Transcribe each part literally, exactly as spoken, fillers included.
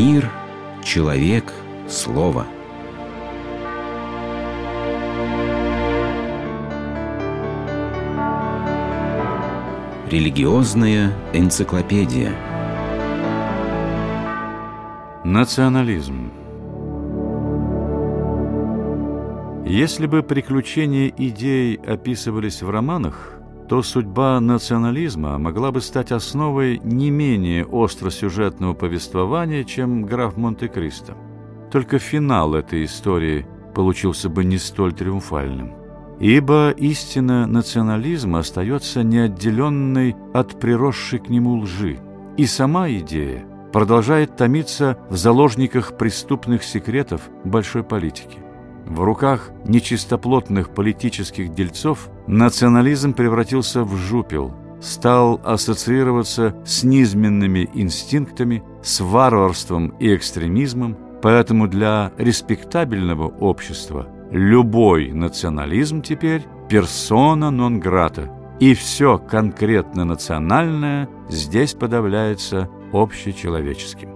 Мир, человек, слово. Религиозная энциклопедия. Национализм. Если бы приключения идей описывались в романах, то судьба национализма могла бы стать основой не менее остросюжетного повествования, чем «Граф Монте-Кристо». Только финал этой истории получился бы не столь триумфальным. Ибо истина национализма остается неотделенной от приросшей к нему лжи, и сама идея продолжает томиться в заложниках преступных секретов большой политики. В руках нечистоплотных политических дельцов национализм превратился в жупел, стал ассоциироваться с низменными инстинктами, с варварством и экстремизмом, поэтому для респектабельного общества любой национализм теперь персона нон грата, и все конкретно национальное здесь подавляется общечеловеческим.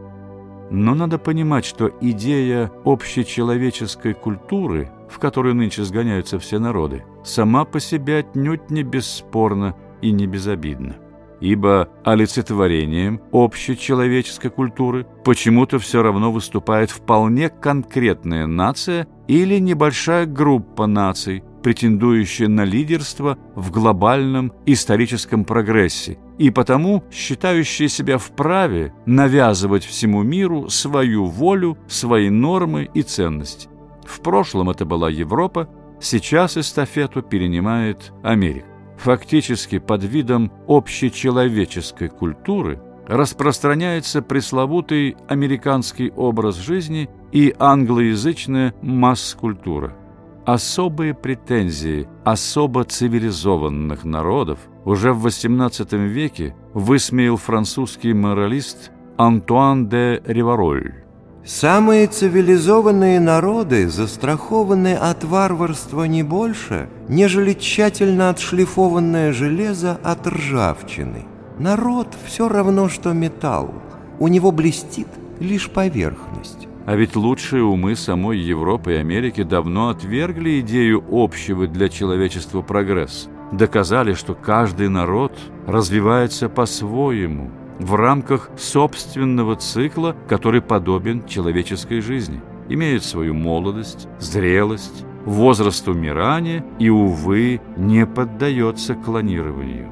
Но надо понимать, что идея общечеловеческой культуры, в которую нынче сгоняются все народы, сама по себе отнюдь не бесспорна и не безобидна. Ибо олицетворением общечеловеческой культуры почему-то все равно выступает вполне конкретная нация или небольшая группа наций, претендующая на лидерство в глобальном историческом прогрессе и потому считающая себя вправе навязывать всему миру свою волю, свои нормы и ценности. В прошлом это была Европа, сейчас эстафету перенимает Америка. Фактически под видом общечеловеческой культуры распространяется пресловутый американский образ жизни и англоязычная масс-культура. Особые претензии особо цивилизованных народов уже в восемнадцатом веке высмеял французский моралист Антуан де Ривароль. Самые цивилизованные народы застрахованы от варварства не больше, нежели тщательно отшлифованное железо от ржавчины. Народ все равно, что металл, у него блестит лишь поверхность. А ведь лучшие умы самой Европы и Америки давно отвергли идею общего для человечества прогресса, доказали, что каждый народ развивается по-своему, в рамках собственного цикла, который подобен человеческой жизни, имеет свою молодость, зрелость, возраст умирания и, увы, не поддается клонированию.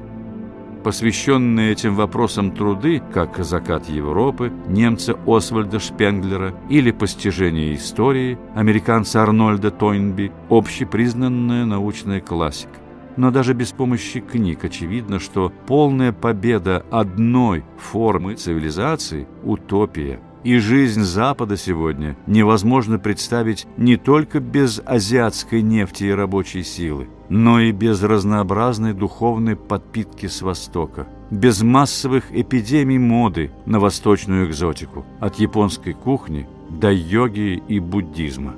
Посвященные этим вопросам труды, как «Закат Европы» немца Освальда Шпенглера или «Постижение истории» американца Арнольда Тойнби, общепризнанная научная классика. Но даже без помощи книг очевидно, что полная победа одной формы цивилизации – утопия. И жизнь Запада сегодня невозможно представить не только без азиатской нефти и рабочей силы, но и без разнообразной духовной подпитки с Востока, без массовых эпидемий моды на восточную экзотику, от японской кухни до йоги и буддизма.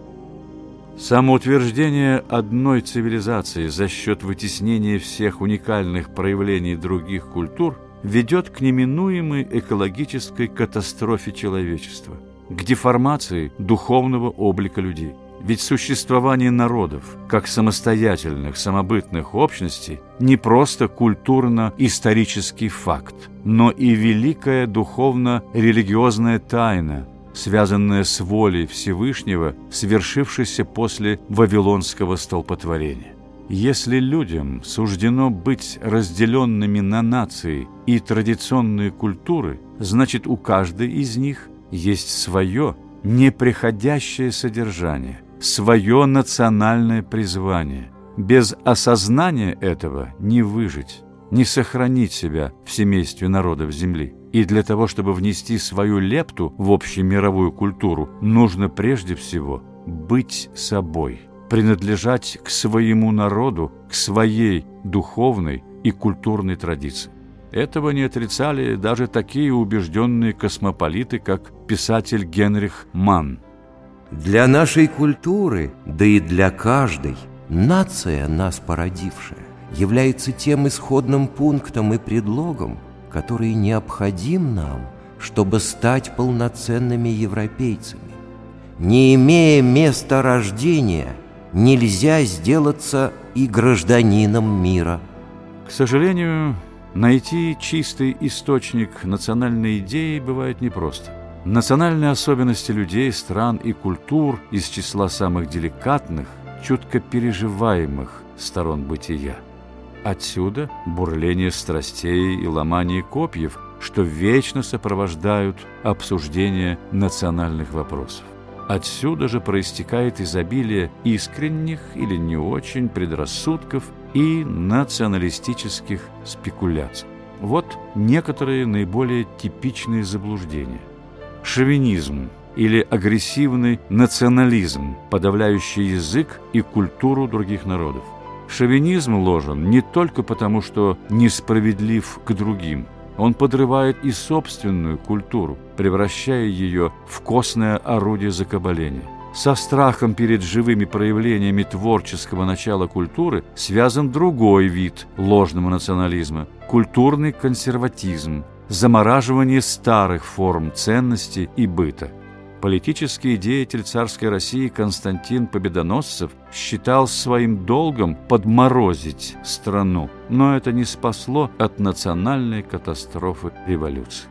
Самоутверждение одной цивилизации за счет вытеснения всех уникальных проявлений других культур ведет к неминуемой экологической катастрофе человечества, к деформации духовного облика людей. Ведь существование народов, как самостоятельных, самобытных общностей, не просто культурно-исторический факт, но и великая духовно-религиозная тайна, связанная с волей Всевышнего, свершившейся после Вавилонского столпотворения. Если людям суждено быть разделенными на нации и традиционные культуры, значит, у каждой из них есть свое неприходящее содержание, свое национальное призвание. Без осознания этого не выжить, не сохранить себя в семействе народов Земли. И для того, чтобы внести свою лепту в общемировую культуру, нужно прежде всего быть собой, принадлежать к своему народу, к своей духовной и культурной традиции. Этого не отрицали даже такие убежденные космополиты, как писатель Генрих Манн. Для нашей культуры, да и для каждой, нация, нас породившая, является тем исходным пунктом и предлогом, который необходим нам чтобы стать полноценными европейцами. Не имея места рождения, нельзя сделаться и гражданином мира. К сожалению, найти чистый источник национальной идеи бывает непросто. Национальные особенности людей, стран и культур из числа самых деликатных, чутко переживаемых сторон бытия. Отсюда бурление страстей и ломание копьев, что вечно сопровождают обсуждение национальных вопросов. Отсюда же проистекает изобилие искренних или не очень предрассудков и националистических спекуляций. Вот некоторые наиболее типичные заблуждения. Шовинизм или агрессивный национализм, подавляющий язык и культуру других народов. Шовинизм ложен не только потому, что несправедлив к другим. Он подрывает и собственную культуру, превращая ее в костное орудие закабаления. Со страхом перед живыми проявлениями творческого начала культуры связан другой вид ложного национализма – культурный консерватизм, замораживание старых форм ценностей и быта. Политический деятель царской России Константин Победоносцев считал своим долгом подморозить страну, но это не спасло от национальной катастрофы революции.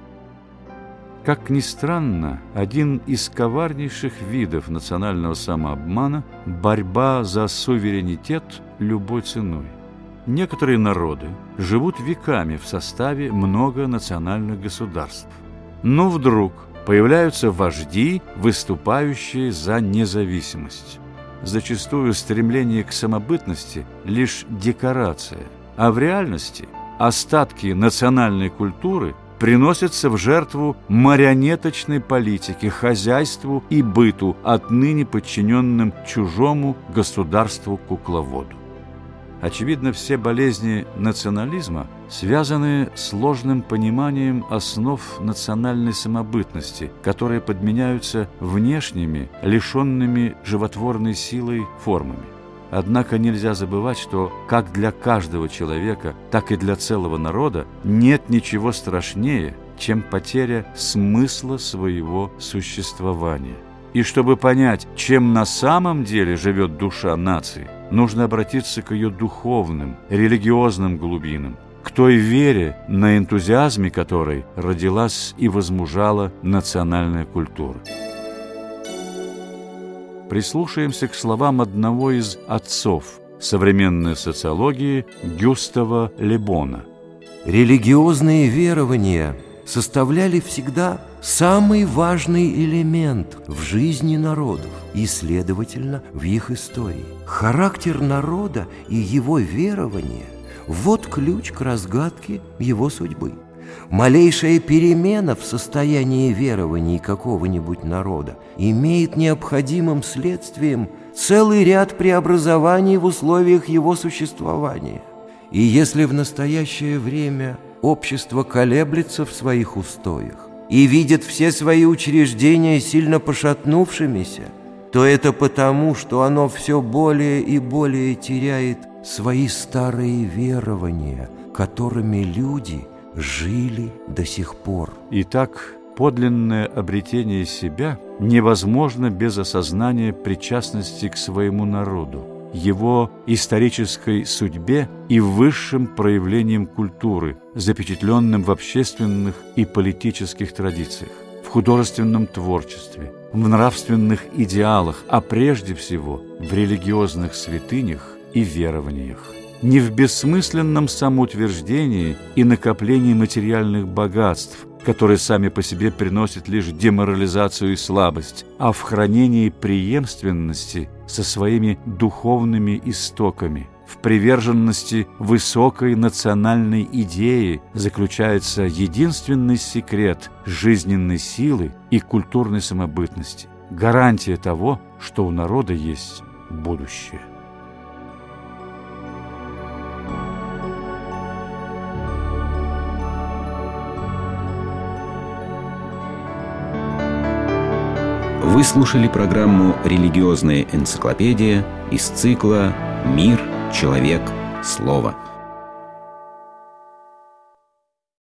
Как ни странно, один из коварнейших видов национального самообмана – борьба за суверенитет любой ценой. Некоторые народы живут веками в составе многонациональных государств. Но вдруг появляются вожди, выступающие за независимость. Зачастую стремление к самобытности – лишь декорация, а в реальности остатки национальной культуры приносятся в жертву марионеточной политике, хозяйству и быту, отныне подчиненным чужому государству-кукловоду. Очевидно, все болезни национализма связаны с ложным пониманием основ национальной самобытности, которые подменяются внешними, лишенными животворной силой формами. Однако нельзя забывать, что как для каждого человека, так и для целого народа нет ничего страшнее, чем потеря смысла своего существования. И чтобы понять, чем на самом деле живет душа нации, нужно обратиться к ее духовным, религиозным глубинам, к той вере, на энтузиазме которой родилась и возмужала национальная культура. Прислушаемся к словам одного из отцов современной социологии Гюстава Ле Бона. Религиозные верования составляли всегда самый важный элемент в жизни народов и, следовательно, в их истории. Характер народа и его верования – вот ключ к разгадке его судьбы. Малейшая перемена в состоянии верований какого-нибудь народа имеет необходимым следствием целый ряд преобразований в условиях его существования. И если в настоящее время общество колеблется в своих устоях и видит все свои учреждения сильно пошатнувшимися, то это потому, что оно все более и более теряет свои старые верования, которыми люди жили до сих пор. Итак, подлинное обретение себя невозможно без осознания причастности к своему народу, его исторической судьбе и высшим проявлениям культуры, запечатленным в общественных и политических традициях, в художественном творчестве, в нравственных идеалах, а прежде всего в религиозных святынях и верованиях. Не в бессмысленном самоутверждении и накоплении материальных богатств, которые сами по себе приносят лишь деморализацию и слабость, а в хранении преемственности со своими духовными истоками. В приверженности высокой национальной идеи заключается единственный секрет жизненной силы и культурной самобытности, гарантия того, что у народа есть будущее. Вы слушали программу «Религиозная энциклопедия» из цикла «Мир, человек, слово».